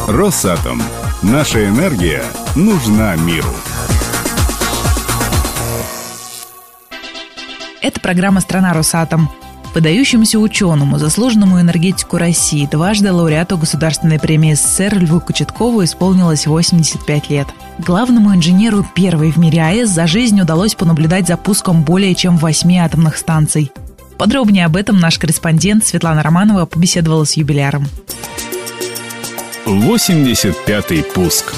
Росатом. Наша энергия нужна миру. Это программа «Страна Росатом». Выдающемуся ученому, заслуженному энергетику России, дважды лауреату Государственной премии СССР Льву Кочеткову исполнилось 85 лет. Главному инженеру первой в мире АЭС за жизнь удалось понаблюдать за пуском более чем 8 атомных станций. Подробнее об этом наш корреспондент Светлана Романова побеседовала с юбиляром. 85-й пуск.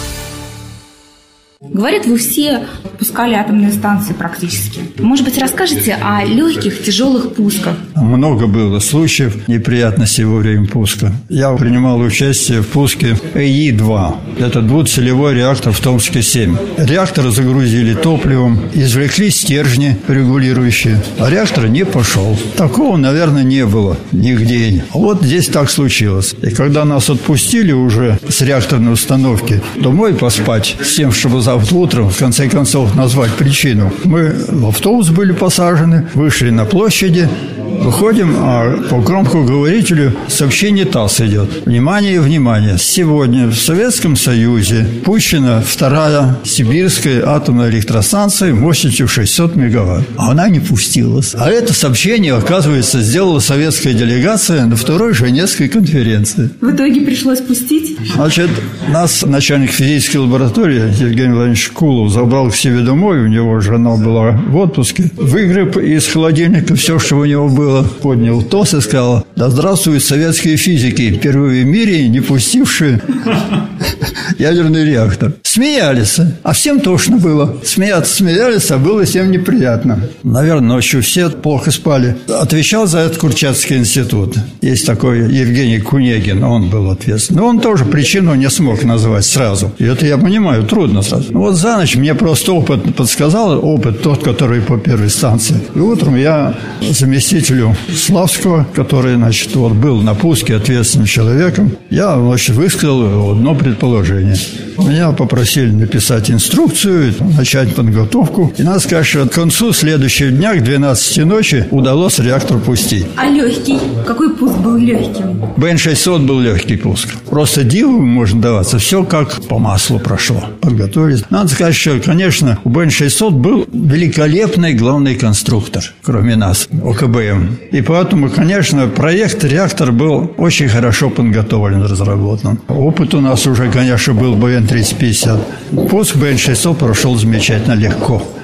Говорят, вы все пускали атомные станции практически. Может быть, расскажете о легких, тяжелых пусках? Много было случаев неприятностей во время пуска. Я принимал участие в пуске ЭИ-2. Это двуцелевой реактор в Томске-7. Реактор загрузили топливом, извлекли стержни регулирующие, а реактор не пошел. Такого, наверное, не было нигде. Вот здесь так случилось. И когда нас отпустили уже с реакторной установки домой поспать, с тем, чтобы завтра утром, в конце концов, назвать причину. Мы в автобус были посажены, вышли на площади, выходим, а по громкоговорителю сообщение ТАСС идет. Внимание, внимание! Сегодня в Советском Союзе пущена вторая сибирская атомная электростанция мощностью 600 мегаватт. А она не пустилась. А это сообщение, оказывается, сделала советская делегация на второй Женевской конференции. В итоге пришлось пустить? Значит, нас начальник физической лаборатории Евгений Владимирович Кулов забрал к себе домой. У него жена была в отпуске. Выгреб из холодильника все, что у него было, поднял ТОС и сказал: да здравствуют советские физики, впервые в мире не пустившие ядерный реактор. Смеялись, а всем тошно было. Смеяться смеялись, а было всем неприятно. Наверное, ночью все плохо спали. Отвечал за это Курчатский институт. Есть такой Евгений Кунегин, он был ответственный. Но он тоже причину не смог назвать сразу. И это я понимаю, трудно сразу. Вот за ночь мне просто опыт подсказал, опыт тот, который по первой станции. И утром я заместителю Славского, который, значит, вот был на пуске ответственным человеком, я, значит, высказал одно предположение. Меня попросили написать инструкцию, начать подготовку. И надо сказать, что к концу следующего дня, к 12 ночи, удалось реактор пустить. А легкий? Какой пуск был легким? БН-600 был легкий пуск. Просто диву можно даваться. Все как по маслу прошло. Подготовились. Надо сказать, что, конечно, у БН-600 был великолепный главный конструктор, кроме нас, ОКБМ. И поэтому, конечно, проект реактор был очень хорошо подготовлен, разработан. Опыт у нас уже, конечно, был БН-3050. Пуск БН-600 прошел замечательно легко.